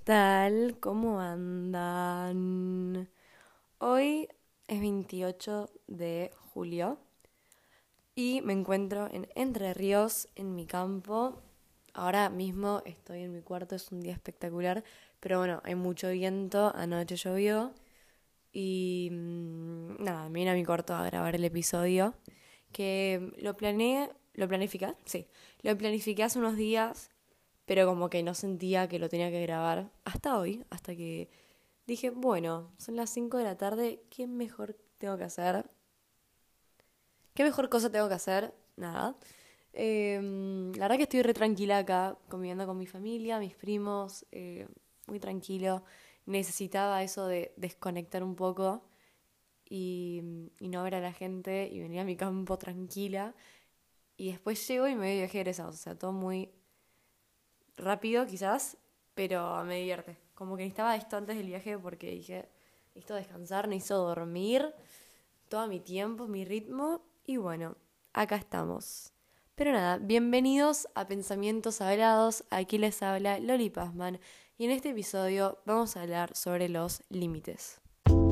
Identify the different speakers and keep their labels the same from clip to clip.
Speaker 1: tal? ¿Cómo andan? Hoy es 28 de julio y me encuentro en Entre Ríos, en mi campo. Ahora mismo estoy en mi cuarto, es un día espectacular, pero bueno, hay mucho viento, anoche llovió y nada, me vine a mi cuarto a grabar el episodio que lo planifiqué, sí, lo planifiqué hace unos días, pero como que no sentía que lo tenía que grabar hasta hoy, hasta que dije, bueno, son las 5 de la tarde, ¿qué mejor tengo que hacer? ¿Qué mejor cosa tengo que hacer? Nada. La verdad que estoy re tranquila acá, conviviendo con mi familia, mis primos, muy tranquilo. Necesitaba eso de desconectar un poco y no ver a la gente y venir a mi campo tranquila. Y después llego y me voy de viaje egresados, o sea, todo muy rápido quizás, pero me divierte. Como que necesitaba esto antes del viaje porque dije, necesito descansar, necesito dormir, todo mi tiempo, mi ritmo, y bueno, acá estamos. Pero nada, bienvenidos a Pensamientos Hablados, aquí les habla Loli Pazman, y en este episodio vamos a hablar sobre los límites.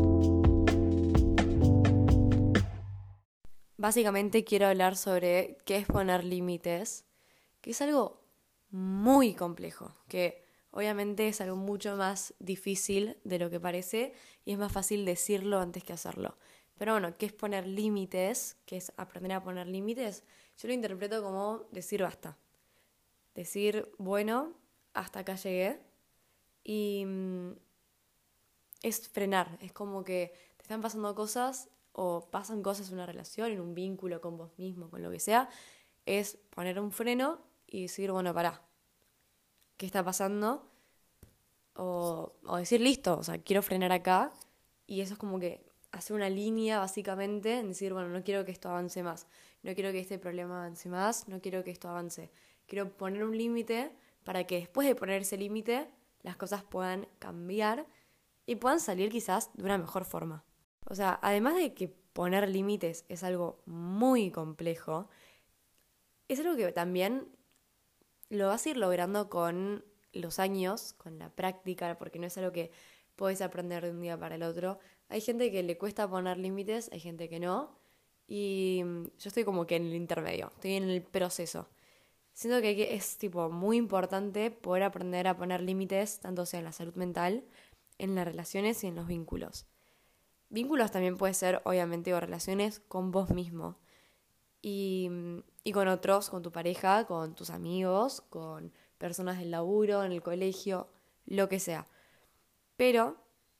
Speaker 1: Básicamente quiero hablar sobre qué es poner límites, que es algo muy complejo, que obviamente es algo mucho más difícil de lo que parece y es más fácil decirlo antes que hacerlo. Pero bueno, ¿qué es poner límites? ¿Qué es aprender a poner límites? Yo lo interpreto como decir basta. Decir, bueno, hasta acá llegué. Y es frenar, es como que te están pasando cosas o pasan cosas en una relación, en un vínculo con vos mismo, con lo que sea, es poner un freno y decir, bueno, pará, ¿qué está pasando? O decir, listo, o sea, quiero frenar acá. Y eso es como que hacer una línea, básicamente, en decir, bueno, no quiero que esto avance más. No quiero que este problema avance más, no quiero que esto avance. Quiero poner un límite para que después de poner ese límite, las cosas puedan cambiar y puedan salir quizás de una mejor forma. O sea, además de que poner límites es algo muy complejo, es algo que también lo vas a ir logrando con los años, con la práctica, porque no es algo que puedes aprender de un día para el otro. Hay gente que le cuesta poner límites, hay gente que no, y yo estoy como que en el intermedio, estoy en el proceso. Siento que es tipo muy importante poder aprender a poner límites, tanto sea en la salud mental, en las relaciones y en los vínculos. Vínculos también puede ser, obviamente, o relaciones con vos mismo y con otros, con tu pareja, con tus amigos, con personas del laburo, en el colegio, lo que sea. Pero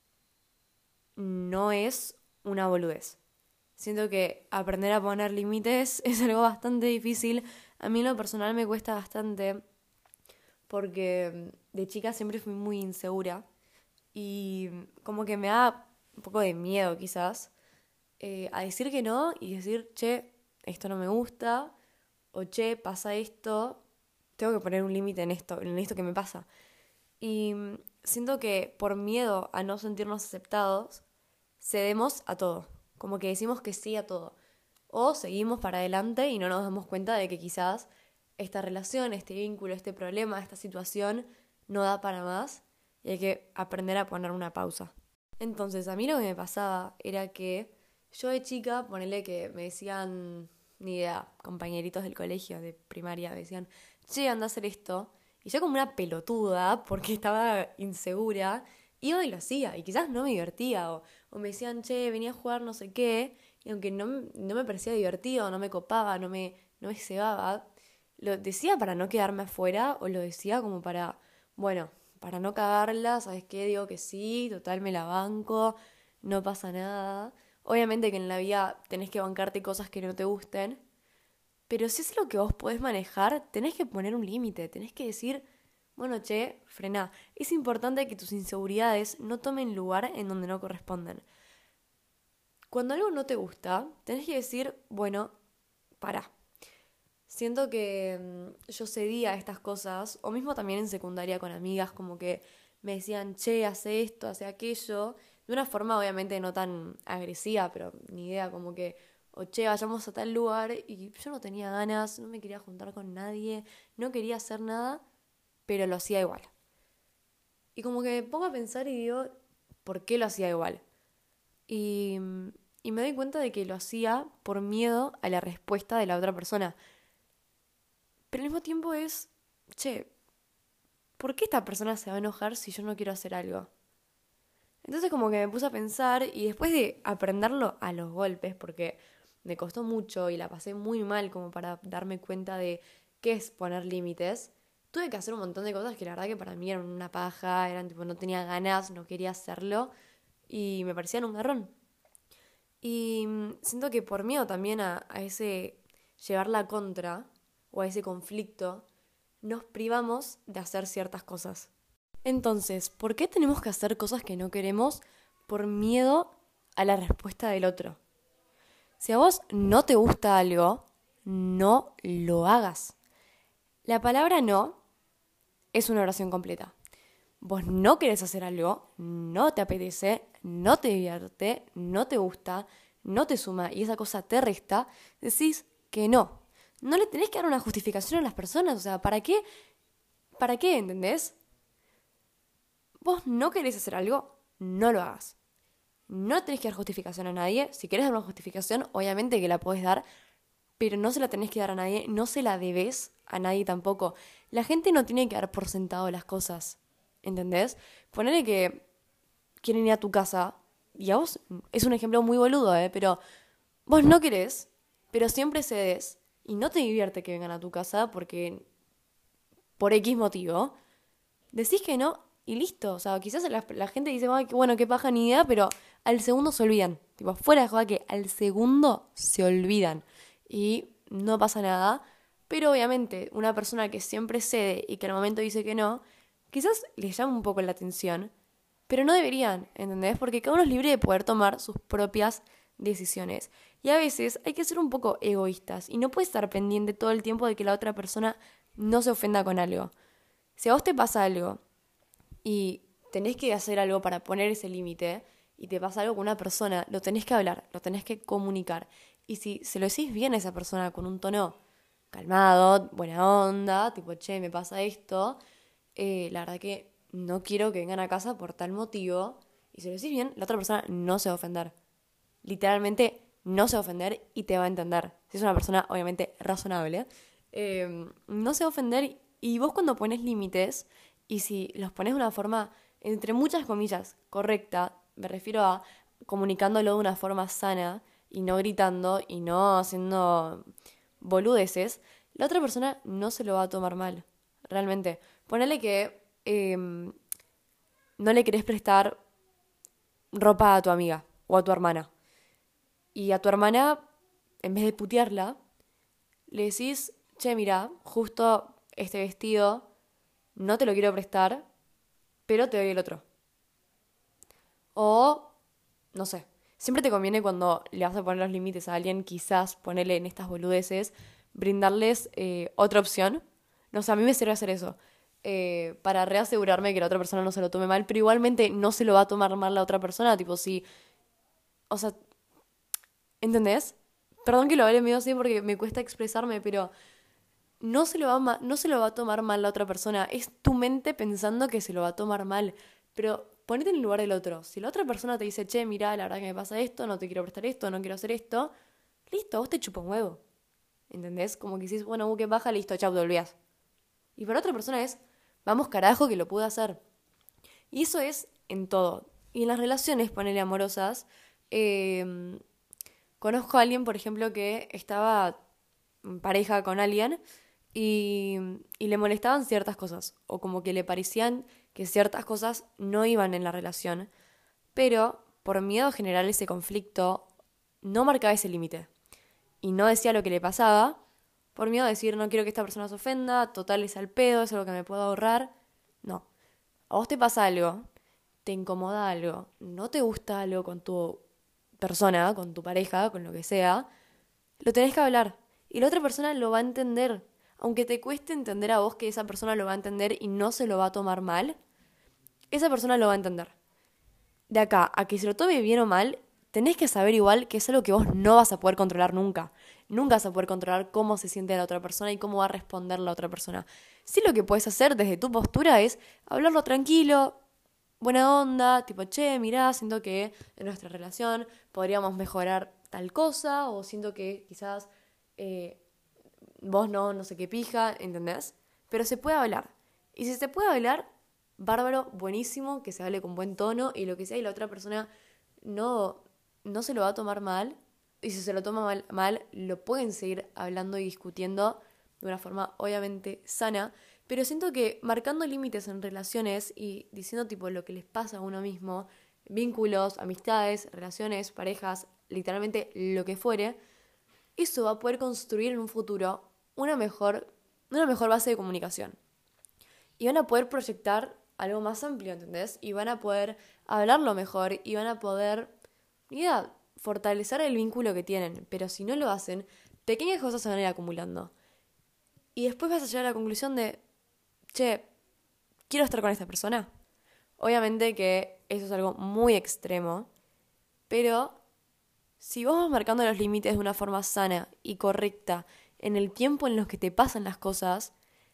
Speaker 1: no es una boludez. Siento que aprender a poner límites es algo bastante difícil. A mí en lo personal me cuesta bastante porque de chica siempre fui muy insegura y como que me da un poco de miedo quizás a decir que no y decir, che, esto no me gusta, o che, pasa esto, tengo que poner un límite en esto que me pasa. Y siento que por miedo a no sentirnos aceptados, cedemos a todo, como que decimos que sí a todo. O seguimos para adelante y no nos damos cuenta de que quizás esta relación, este vínculo, este problema, esta situación no da para más y hay que aprender a poner una pausa. Entonces, a mí lo que me pasaba era que yo de chica, ponele que me decían, ni idea, compañeritos del colegio, de primaria, me decían, che, anda a hacer esto. Y yo como una pelotuda, porque estaba insegura, iba y lo hacía. Y quizás no me divertía. O me decían, che, venía a jugar no sé qué. Y aunque no me parecía divertido, no me copaba, no me cebaba, lo decía para no quedarme afuera o lo decía como para, bueno, para no cagarla, ¿sabes qué? Digo que sí, total me la banco, no pasa nada. Obviamente que en la vida tenés que bancarte cosas que no te gusten, pero si es lo que vos podés manejar, tenés que poner un límite, tenés que decir, bueno, che, frená. Es importante que tus inseguridades no tomen lugar en donde no corresponden. Cuando algo no te gusta, tenés que decir, bueno, pará. Siento que yo cedía a estas cosas, o mismo también en secundaria con amigas, como que me decían, che, hace esto, hace aquello, de una forma obviamente no tan agresiva, pero ni idea, como que, o che, vayamos a tal lugar, y yo no tenía ganas, no me quería juntar con nadie, no quería hacer nada, pero lo hacía igual. Y como que me pongo a pensar y digo, ¿por qué lo hacía igual? Y, y me doy cuenta de que lo hacía por miedo a la respuesta de la otra persona. Pero al mismo tiempo es, che, ¿por qué esta persona se va a enojar si yo no quiero hacer algo? Entonces como que me puse a pensar y después de aprenderlo a los golpes, porque me costó mucho y la pasé muy mal como para darme cuenta de qué es poner límites, tuve que hacer un montón de cosas que la verdad que para mí eran una paja, eran tipo no tenía ganas, no quería hacerlo y me parecían un garrón. Y siento que por miedo también a ese llevar la contra o a ese conflicto, nos privamos de hacer ciertas cosas. Entonces, ¿por qué tenemos que hacer cosas que no queremos por miedo a la respuesta del otro? Si a vos no te gusta algo, no lo hagas. La palabra no es una oración completa. Vos no querés hacer algo, no te apetece, no te divierte, no te gusta, no te suma y esa cosa te resta, decís que no. No le tenés que dar una justificación a las personas, o sea, ¿para qué? ¿Para qué? ¿Entendés? Vos no querés hacer algo, no lo hagas. No tenés que dar justificación a nadie. Si querés dar una justificación, obviamente que la podés dar, pero no se la tenés que dar a nadie, no se la debés a nadie tampoco. La gente no tiene que dar por sentado las cosas, ¿entendés? Ponele que quieren ir a tu casa, y a vos es un ejemplo muy boludo, pero vos no querés, pero siempre cedes, y no te divierte que vengan a tu casa porque por X motivo, decís que no y listo. O sea, quizás la gente dice, ay, bueno, qué paja ni idea, pero al segundo se olvidan. Tipo, fuera de joda que al segundo se olvidan. Y no pasa nada. Pero obviamente, una persona que siempre cede y que al momento dice que no, quizás les llama un poco la atención. Pero no deberían, ¿entendés? Porque cada uno es libre de poder tomar sus propias decisiones. Y a veces hay que ser un poco egoístas y no puedes estar pendiente todo el tiempo de que la otra persona no se ofenda con algo. Si a vos te pasa algo y tenés que hacer algo para poner ese límite y te pasa algo con una persona, lo tenés que hablar, lo tenés que comunicar. Y si se lo decís bien a esa persona con un tono calmado, buena onda, tipo, che, me pasa esto, la verdad que no quiero que vengan a casa por tal motivo, y si lo decís bien, la otra persona no se va a ofender. Literalmente no se va a ofender y te va a entender. Si es una persona obviamente razonable, no se va a ofender. Y vos cuando pones límites, y si los pones de una forma, entre muchas comillas, correcta, me refiero a comunicándolo de una forma sana y no gritando y no haciendo boludeces, la otra persona no se lo va a tomar mal. Realmente. Ponele que no le querés prestar ropa a tu amiga o a tu hermana. Y a tu hermana, en vez de putearla, le decís, che, mira, justo este vestido no te lo quiero prestar, pero te doy el otro. O, no sé, siempre te conviene cuando le vas a poner los límites a alguien, quizás ponerle en estas boludeces, brindarles otra opción. No sé, a mí me sirve hacer eso. Para reasegurarme que la otra persona no se lo tome mal, pero igualmente no se lo va a tomar mal la otra persona, tipo si... O sea, ¿entendés? Perdón que lo hable medio así porque me cuesta expresarme, pero no se lo va a tomar mal la otra persona. Es tu mente pensando que se lo va a tomar mal. Pero ponete en el lugar del otro. Si la otra persona te dice, che, mira, la verdad que me pasa esto, no te quiero prestar esto, no quiero hacer esto, listo, vos te chupa un huevo. ¿Entendés? Como que decís, bueno, que baja, listo, chau, te olvidás. Y para otra persona es, vamos carajo que lo pude hacer. Y eso es en todo. Y en las relaciones, ponele amorosas, conozco a alguien, por ejemplo, que estaba en pareja con alguien y le molestaban ciertas cosas. O como que le parecían que ciertas cosas no iban en la relación. Pero por miedo a generar ese conflicto, no marcaba ese límite. Y no decía lo que le pasaba, por miedo a decir, no quiero que esta persona se ofenda, total es al pedo, es algo que me puedo ahorrar. No. A vos te pasa algo, te incomoda algo, no te gusta algo con tu persona, con tu pareja, con lo que sea, lo tenés que hablar. Y la otra persona lo va a entender. Aunque te cueste entender a vos que esa persona lo va a entender y no se lo va a tomar mal, esa persona lo va a entender. De acá a que se lo tome bien o mal, tenés que saber igual que es algo que vos no vas a poder controlar nunca. Nunca vas a poder controlar cómo se siente la otra persona y cómo va a responder la otra persona. Sí, lo que puedes hacer desde tu postura es hablarlo tranquilo, buena onda, tipo, che, mirá, siento que en nuestra relación podríamos mejorar tal cosa, o siento que quizás vos no sé qué pija, ¿entendés? Pero se puede hablar. Y si se puede hablar, bárbaro, buenísimo, que se hable con buen tono y lo que sea, y la otra persona no, no se lo va a tomar mal. Y si se lo toma mal, lo pueden seguir hablando y discutiendo de una forma obviamente sana. Pero siento que marcando límites en relaciones y diciendo tipo lo que les pasa a uno mismo, vínculos, amistades, relaciones, parejas, literalmente lo que fuere, eso va a poder construir en un futuro una mejor, una mejor base de comunicación. Y van a poder proyectar algo más amplio, ¿entendés? Y van a poder hablarlo mejor y van a poder, mira, fortalecer el vínculo que tienen. Pero si no lo hacen, pequeñas cosas se van a ir acumulando. Y después vas a llegar a la conclusión de, che, quiero estar con esta persona. Obviamente que eso es algo muy extremo, pero si vos vas marcando los límites de una forma sana y correcta en el tiempo en los que te pasan las cosas,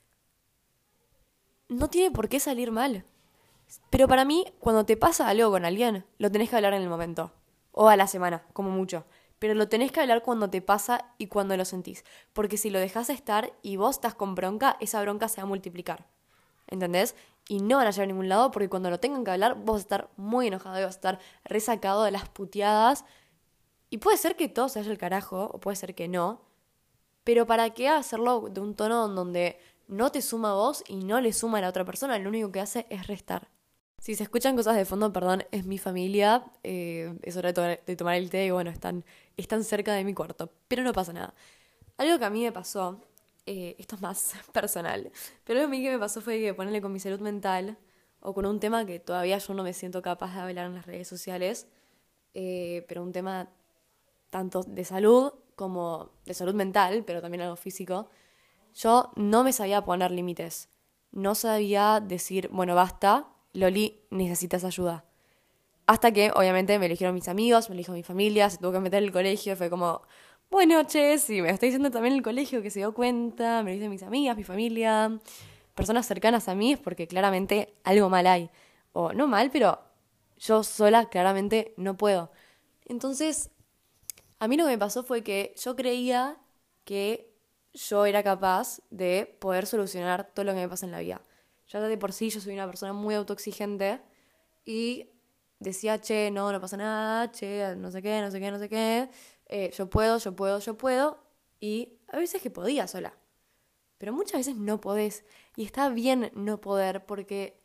Speaker 1: no tiene por qué salir mal. Pero para mí, cuando te pasa algo con alguien, lo tenés que hablar en el momento. O a la semana, como mucho. Pero lo tenés que hablar cuando te pasa y cuando lo sentís. Porque si lo dejás estar y vos estás con bronca, esa bronca se va a multiplicar. ¿Entendés? Y no van a llegar a ningún lado porque cuando lo tengan que hablar, vos vas a estar muy enojado y vas a estar resacado de las puteadas. Y puede ser que todo se vaya al carajo, o puede ser que no. Pero ¿para qué hacerlo de un tono donde no te suma a vos y no le suma a la otra persona? Lo único que hace es restar. Si se escuchan cosas de fondo, perdón, es mi familia. Es hora de tomar el té y bueno, están cerca de mi cuarto. Pero no pasa nada. Algo que a mí me pasó, esto es más personal, pero algo a mí que me pasó fue que ponerle con mi salud mental o con un tema que todavía yo no me siento capaz de hablar en las redes sociales, pero un tema tanto de salud como de salud mental, pero también algo físico. Yo no me sabía poner límites. No sabía decir, bueno, basta, Loli, necesitas ayuda. Hasta que, obviamente, me eligieron mis amigos, me eligió mi familia, se tuvo que meter en el colegio, fue como, bueno, che, sí, me lo está diciendo también el colegio que se dio cuenta, me lo dicen mis amigas, mi familia, personas cercanas a mí, es porque claramente algo mal hay. O no mal, pero yo sola claramente no puedo. Entonces, a mí lo que me pasó fue que yo creía que yo era capaz de poder solucionar todo lo que me pasa en la vida. Ya de por sí yo soy una persona muy autoexigente y decía, che, no pasa nada, che, no sé qué, no sé qué, no sé qué, yo puedo, yo puedo, yo puedo. Y a veces que podía sola, pero muchas veces no podés. Y está bien no poder porque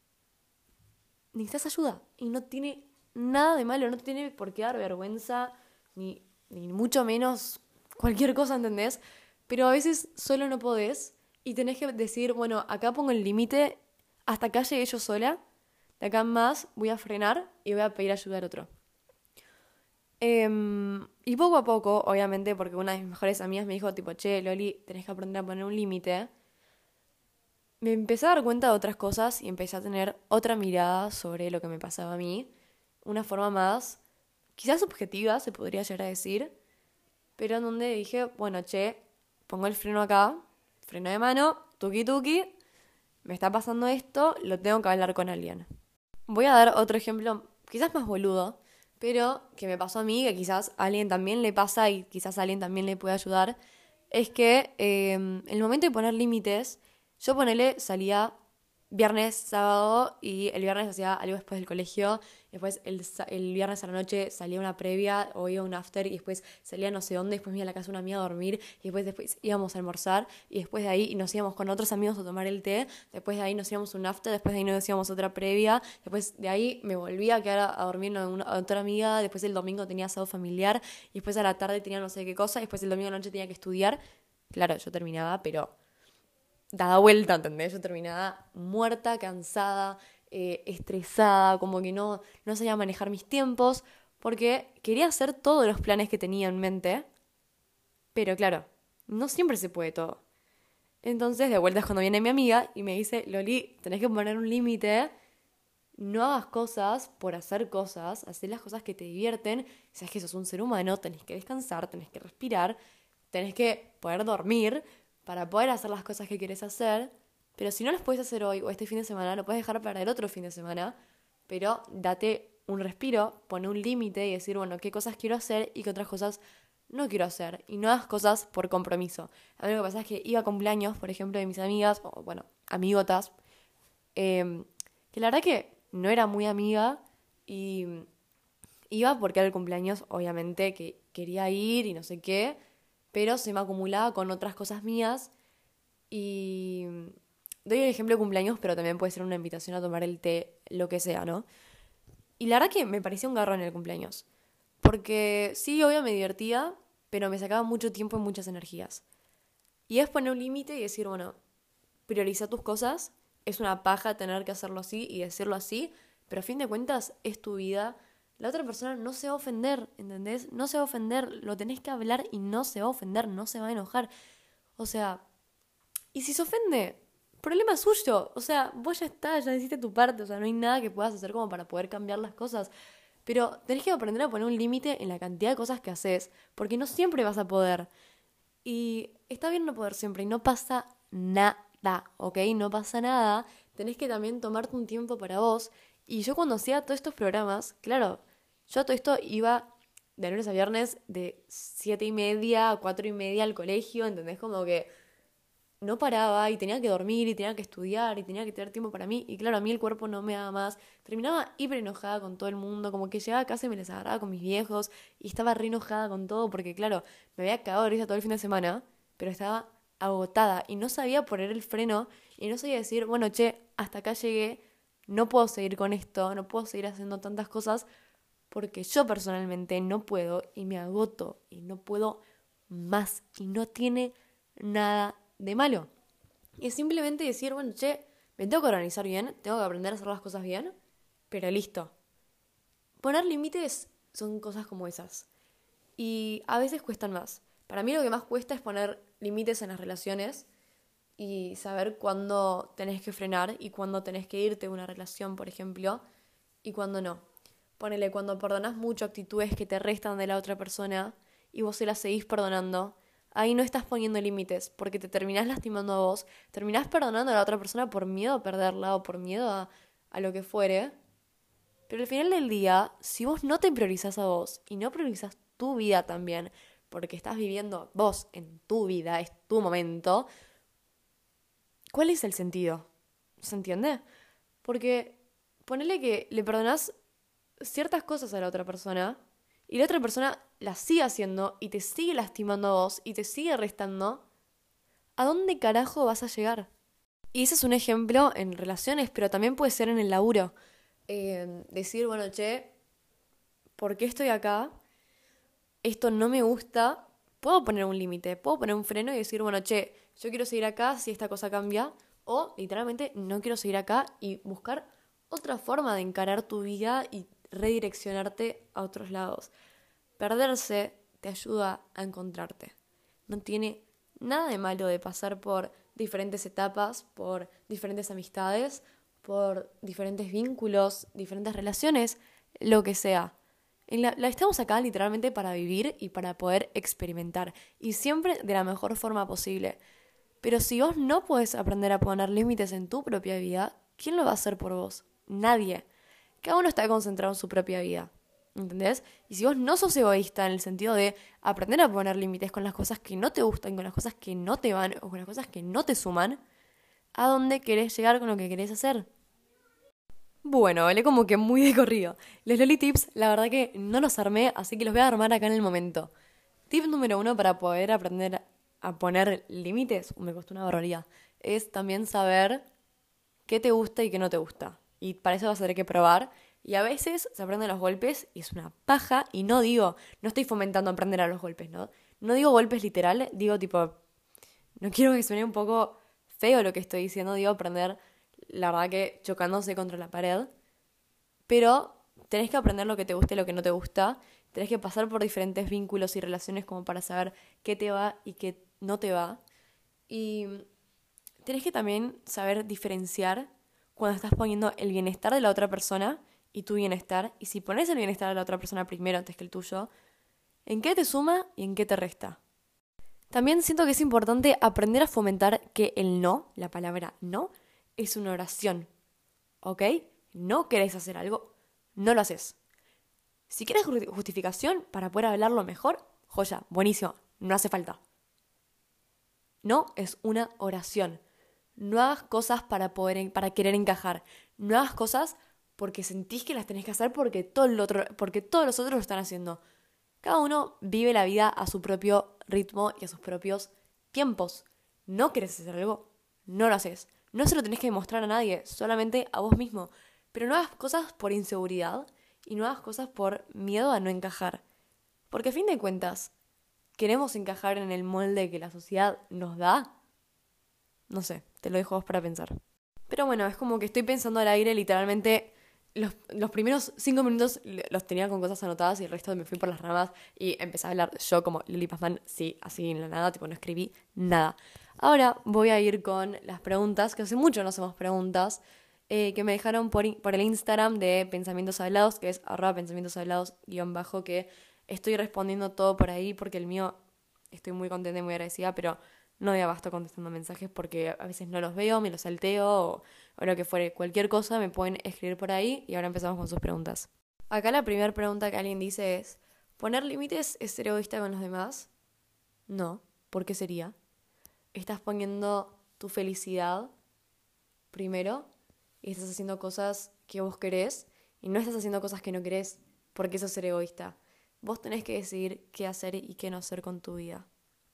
Speaker 1: necesitas ayuda y no tiene nada de malo, no te tiene por qué dar vergüenza ni mucho menos cualquier cosa, ¿entendés? Pero a veces solo no podés y tenés que decir, bueno, acá pongo el límite, hasta acá llegué yo sola, de acá en más voy a frenar y voy a pedir ayuda al otro. Y poco a poco, obviamente, porque una de mis mejores amigas me dijo, tipo, che, Loli, tenés que aprender a poner un límite. Me empecé a dar cuenta de otras cosas y empecé a tener otra mirada sobre lo que me pasaba a mí. Una forma más, quizás subjetiva, se podría llegar a decir, pero en donde dije, bueno, che, pongo el freno acá, freno de mano, tuki tuki, me está pasando esto, lo tengo que hablar con alguien. Voy a dar otro ejemplo, quizás más boludo, pero que me pasó a mí, que quizás a alguien también le pasa y quizás a alguien también le puede ayudar, es que en el momento de poner límites, yo ponele, salía viernes, sábado y el viernes hacía algo después del colegio, después el viernes a la noche salía una previa o iba a un after y después salía no sé dónde, después me iba a la casa de una amiga a dormir y después íbamos a almorzar y después de ahí nos íbamos con otros amigos a tomar el té, después de ahí nos íbamos a un after, después de ahí nos íbamos a otra previa, después de ahí me volvía a quedar a dormir a otra amiga, después el domingo tenía asado familiar y después a la tarde tenía no sé qué cosa, después el domingo a la noche tenía que estudiar. Claro, yo terminaba, pero dada vuelta, ¿entendés? Yo terminaba muerta, cansada, estresada, como que no sabía manejar mis tiempos, porque quería hacer todos los planes que tenía en mente, pero claro, no siempre se puede todo. Entonces, de vuelta es cuando viene mi amiga y me dice, Loli, tenés que poner un límite, no hagas cosas por hacer cosas, haz las cosas que te divierten, sabes que sos un ser humano, tenés que descansar, tenés que respirar, tenés que poder dormir, para poder hacer las cosas que quieres hacer, pero si no las puedes hacer hoy o este fin de semana, lo puedes dejar para el otro fin de semana, pero date un respiro, pone un límite y decir, bueno, qué cosas quiero hacer y qué otras cosas no quiero hacer. Y no hagas cosas por compromiso. A mí lo que pasa es que iba a cumpleaños, por ejemplo, de mis amigas, o bueno, amigotas, que la verdad que no era muy amiga y iba porque era el cumpleaños, obviamente, que quería ir y no sé qué, pero se me acumulaba con otras cosas mías y doy el ejemplo de cumpleaños, pero también puede ser una invitación a tomar el té, lo que sea, ¿no? Y la verdad que me parecía un garrón el cumpleaños. Porque sí, obvio me divertía, pero me sacaba mucho tiempo y muchas energías. Y es poner un límite y decir, bueno, prioriza tus cosas. Es una paja tener que hacerlo así y decirlo así, pero a fin de cuentas es tu vida. La otra persona no se va a ofender, ¿entendés? No se va a ofender, lo tenés que hablar y no se va a ofender, no se va a enojar. O sea, y si se ofende, problema suyo. O sea, vos ya está, ya hiciste tu parte. O sea, no hay nada que puedas hacer como para poder cambiar las cosas. Pero tenés que aprender a poner un límite en la cantidad de cosas que haces. Porque no siempre vas a poder. Y está bien no poder siempre. Y no pasa nada, ¿ok? No pasa nada. Tenés que también tomarte un tiempo para vos. Y yo cuando hacía todos estos programas, claro, yo a todo esto iba de lunes a viernes de 7:30 a 4:30 al colegio, ¿entendés? Como que no paraba y tenía que dormir y tenía que estudiar y tenía que tener tiempo para mí. Y claro, a mí el cuerpo no me daba más. Terminaba hiper enojada con todo el mundo, como que llegaba a casa y me les agarraba con mis viejos y estaba re enojada con todo porque claro, me había cagado de risa todo el fin de semana, pero estaba agotada y no sabía poner el freno y no sabía decir, bueno, che, hasta acá llegué, no puedo seguir con esto, no puedo seguir haciendo tantas cosas porque yo personalmente no puedo y me agoto y no puedo más y no tiene nada de malo. Y es simplemente decir, bueno, che, me tengo que organizar bien, tengo que aprender a hacer las cosas bien, pero listo. Poner límites son cosas como esas. Y a veces cuestan más. Para mí lo que más cuesta es poner límites en las relaciones y saber cuándo tenés que frenar y cuándo tenés que irte de una relación, por ejemplo, y cuándo no. Ponele, cuando perdonás mucho actitudes que te restan de la otra persona y vos se las seguís perdonando, ahí no estás poniendo límites, porque te terminás lastimando a vos, terminás perdonando a la otra persona por miedo a perderla o por miedo a lo que fuere. Pero al final del día, si vos no te priorizás a vos y no priorizás tu vida también, porque estás viviendo vos en tu vida, es tu momento, ¿cuál es el sentido? ¿Se entiende? Porque ponele que le perdonás ciertas cosas a la otra persona y la otra persona las sigue haciendo y te sigue lastimando a vos y te sigue restando, ¿a dónde carajo vas a llegar? Y ese es un ejemplo en relaciones, pero también puede ser en el laburo. Decir, bueno, che, ¿por qué estoy acá? Esto no me gusta. Puedo poner un límite, puedo poner un freno y decir, bueno, che, yo quiero seguir acá si esta cosa cambia. O literalmente no quiero seguir acá y buscar otra forma de encarar tu vida y redireccionarte a otros lados. Perderse te ayuda a encontrarte. No tiene nada de malo de pasar por diferentes etapas, por diferentes amistades, por diferentes vínculos, diferentes relaciones, lo que sea. Estamos acá literalmente para vivir y para poder experimentar. Y siempre de la mejor forma posible. Pero si vos no podés aprender a poner límites en tu propia vida, ¿quién lo va a hacer por vos? Nadie. Cada uno está concentrado en su propia vida. ¿Entendés? Y si vos no sos egoísta en el sentido de aprender a poner límites con las cosas que no te gustan, con las cosas que no te van o con las cosas que no te suman, ¿a dónde querés llegar con lo que querés hacer? Bueno, vale como que muy de corrido. Los Loli Tips, la verdad que no los armé, así que los voy a armar acá en el momento. Tip número 1 para poder aprender a poner límites, me costó una barbaridad, es también saber qué te gusta y qué no te gusta. Y para eso vas a tener que probar. Y a veces se aprenden los golpes y es una paja. Y no digo, no estoy fomentando aprender a los golpes, ¿no? No digo golpes literal, digo tipo, no quiero que suene un poco feo lo que estoy diciendo, digo aprender, la verdad que chocándose contra la pared. Pero tenés que aprender lo que te gusta y lo que no te gusta. Tenés que pasar por diferentes vínculos y relaciones como para saber qué te va y qué no te va. Y tenés que también saber diferenciar cuando estás poniendo el bienestar de la otra persona y tu bienestar. Y si pones el bienestar de la otra persona primero antes que el tuyo, ¿en qué te suma y en qué te resta? También siento que es importante aprender a fomentar que el no, la palabra no, es una oración. ¿Ok? no querés hacer algo, no lo haces. Si quieres justificación para poder hablarlo mejor, joya, buenísimo, no hace falta. No es una oración. No hagas cosas para querer encajar. No hagas cosas porque sentís que las tenés que hacer porque todos los otros lo están haciendo. Cada uno vive la vida a su propio ritmo y a sus propios tiempos. No querés hacer algo, no lo haces. No se lo tenés que demostrar a nadie, solamente a vos mismo. Pero no hagas cosas por inseguridad y no hagas cosas por miedo a no encajar. Porque a fin de cuentas, ¿queremos encajar en el molde que la sociedad nos da? No sé, te lo dejo a vos para pensar. Pero bueno, es como que estoy pensando al aire, literalmente los primeros 5 minutos los tenía con cosas anotadas y el resto me fui por las ramas y empecé a hablar yo como Lily Pazman, sí, así en la nada, tipo no escribí nada. Ahora voy a ir con las preguntas, que hace mucho no hacemos preguntas, que me dejaron por el Instagram de Pensamientos Hablados, que es @pensamientoshablados_ que estoy respondiendo todo por ahí porque el mío estoy muy contenta y muy agradecida, pero no doy abasto contestando mensajes porque a veces no los veo, me los salteo o lo que fuere. Cualquier cosa me pueden escribir por ahí y ahora empezamos con sus preguntas. Acá la primera pregunta que alguien dice es, ¿poner límites es ser egoísta con los demás? No, ¿por qué sería? Estás poniendo tu felicidad primero y estás haciendo cosas que vos querés y no estás haciendo cosas que no querés porque eso es ser egoísta. Vos tenés que decidir qué hacer y qué no hacer con tu vida.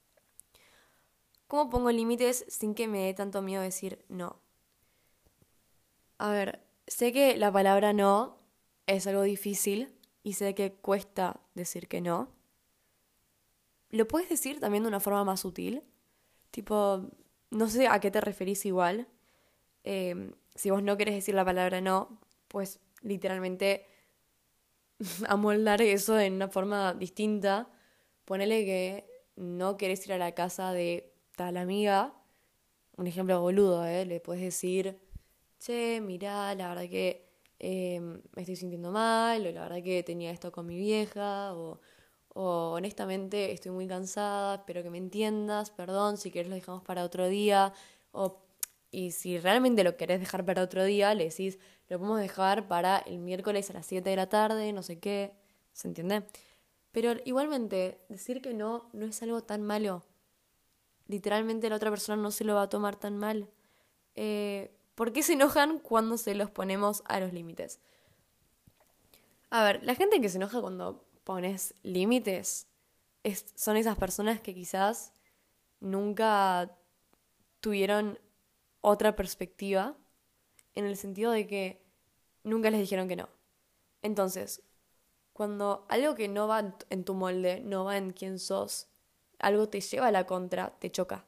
Speaker 1: ¿Cómo pongo límites sin que me dé tanto miedo decir no? A ver, sé que la palabra no es algo difícil y sé que cuesta decir que no. ¿Lo puedes decir también de una forma más sutil? Tipo, no sé a qué te referís igual. Si vos no querés decir la palabra no, pues literalmente amoldar eso en una forma distinta. Ponele que no querés ir a la casa de tal amiga. Un ejemplo boludo, le puedes decir, che, mirá, la verdad que me estoy sintiendo mal, o la verdad que tenía esto con mi vieja, o honestamente estoy muy cansada, espero que me entiendas, perdón, si querés lo dejamos para otro día, y si realmente lo querés dejar para otro día, le decís, lo podemos dejar para el miércoles a las 7 de la tarde, no sé qué, ¿se entiende? Pero igualmente, decir que no es algo tan malo. Literalmente la otra persona no se lo va a tomar tan mal. ¿Por qué se enojan cuando se los ponemos a los límites? A ver, la gente que se enoja cuando pones límites son esas personas que quizás nunca tuvieron otra perspectiva en el sentido de que nunca les dijeron que no. Entonces, cuando algo que no va en tu molde, no va en quién sos, algo te lleva a la contra, te choca.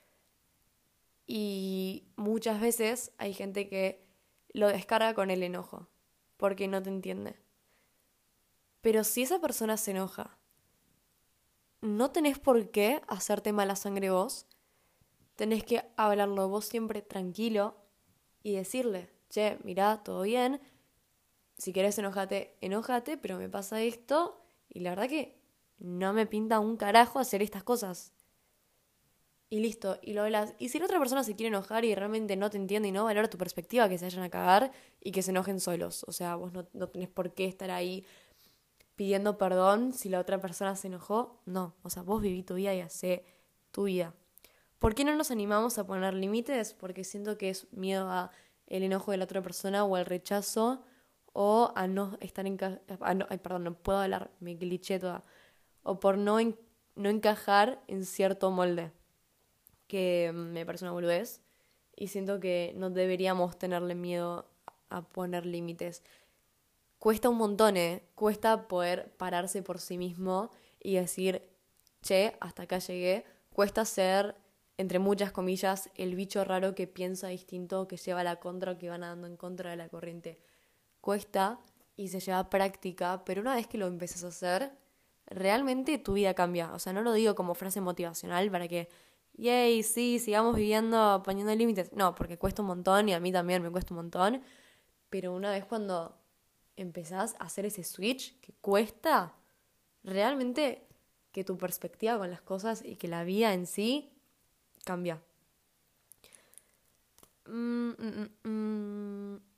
Speaker 1: Y muchas veces hay gente que lo descarga con el enojo, porque no te entiende. Pero si esa persona se enoja, no tenés por qué hacerte mala sangre vos, tenés que hablarlo vos siempre tranquilo y decirle, che, mirá, todo bien, si querés enójate, pero me pasa esto y la verdad que no me pinta un carajo hacer estas cosas. Y listo, y lo hablas. Y si la otra persona se quiere enojar y realmente no te entiende y no valora tu perspectiva, que se vayan a cagar y que se enojen solos. O sea, vos no tenés por qué estar ahí pidiendo perdón si la otra persona se enojó. No, o sea, vos viví tu vida y hacé tu vida. ¿Por qué no nos animamos a poner límites? Porque siento que es miedo a el enojo de la otra persona o al rechazo o a no estar perdón, no puedo hablar, me glitché toda. O por no encajar en cierto molde, que me parece una boludez y siento que no deberíamos tenerle miedo a poner límites. Cuesta un montón, cuesta poder pararse por sí mismo y decir, che, hasta acá llegué. Cuesta ser, entre muchas comillas, el bicho raro que piensa distinto, que lleva la contra, que va nadando en contra de la corriente. Cuesta y se lleva práctica, pero una vez que lo empiezas a hacer, realmente tu vida cambia. O sea, no lo digo como frase motivacional para que yay, sí, sigamos viviendo poniendo límites. No, porque cuesta un montón y a mí también me cuesta un montón. Pero una vez cuando empezás a hacer ese switch que cuesta, realmente que tu perspectiva con las cosas y que la vida en sí cambia.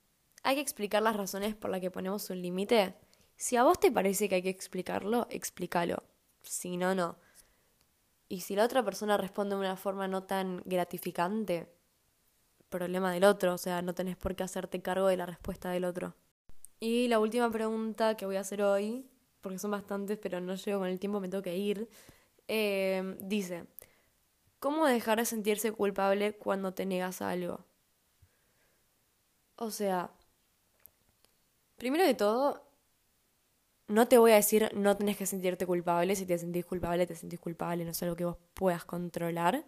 Speaker 1: hay que explicar las razones por las que ponemos un límite. Si a vos te parece que hay que explicarlo, explícalo. Si no, no. Y si la otra persona responde de una forma no tan gratificante, problema del otro, o sea, no tenés por qué hacerte cargo de la respuesta del otro. Y la última pregunta que voy a hacer hoy, porque son bastantes, pero no llego con el tiempo, me tengo que ir, dice, ¿cómo dejar de sentirse culpable cuando te negas a algo? O sea, primero de todo, no te voy a decir no tenés que sentirte culpable. Si te sentís culpable, te sentís culpable, no es algo que vos puedas controlar.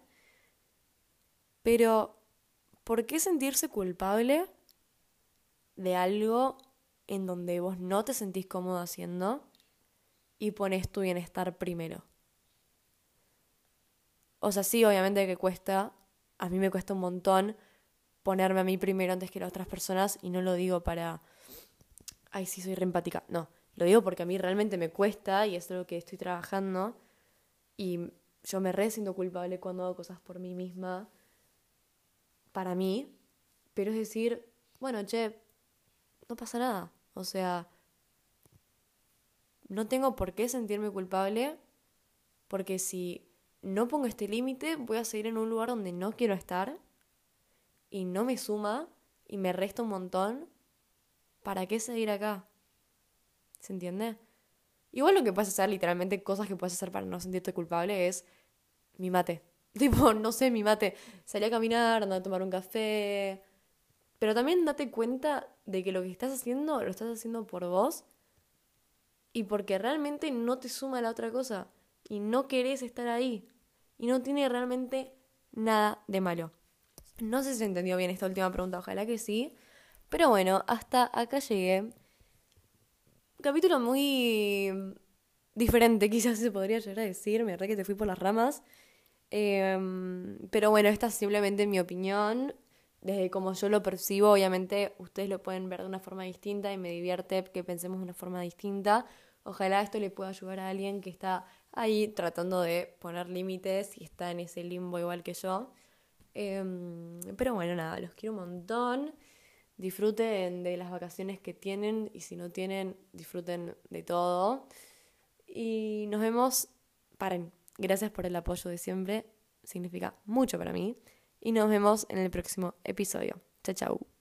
Speaker 1: Pero, ¿por qué sentirse culpable de algo en donde vos no te sentís cómodo haciendo y pones tu bienestar primero? O sea, sí, obviamente que cuesta, a mí me cuesta un montón ponerme a mí primero antes que las otras personas y no lo digo para, ay, sí, soy re empática, no, lo digo porque a mí realmente me cuesta y es algo que estoy trabajando y yo me re siento culpable cuando hago cosas por mí misma, para mí, pero es decir, bueno, che, no pasa nada, o sea, no tengo por qué sentirme culpable porque si no pongo este límite voy a seguir en un lugar donde no quiero estar y no me suma y me resta un montón. ¿Para qué seguir acá? ¿Se entiende? Igual lo que puedes hacer, literalmente, cosas que puedes hacer para no sentirte culpable es mimate. Tipo, no sé, mimate. Salí a caminar, andar a tomar un café. Pero también date cuenta de que lo que estás haciendo lo estás haciendo por vos y porque realmente no te suma la otra cosa y no querés estar ahí. Y no tiene realmente nada de malo. No sé si se entendió bien esta última pregunta, ojalá que sí. Pero bueno, hasta acá llegué. Capítulo muy diferente, quizás se podría llegar a decir. Me re que te fui por las ramas. Pero bueno, esta es simplemente mi opinión. Desde como yo lo percibo, obviamente ustedes lo pueden ver de una forma distinta y me divierte que pensemos de una forma distinta. Ojalá esto le pueda ayudar a alguien que está ahí tratando de poner límites y está en ese limbo igual que yo. Pero bueno, nada, los quiero un montón. Disfruten de las vacaciones que tienen y si no tienen, disfruten de todo. Y nos vemos. Paren. Gracias por el apoyo de siempre. Significa mucho para mí. Y nos vemos en el próximo episodio. Chao, chao.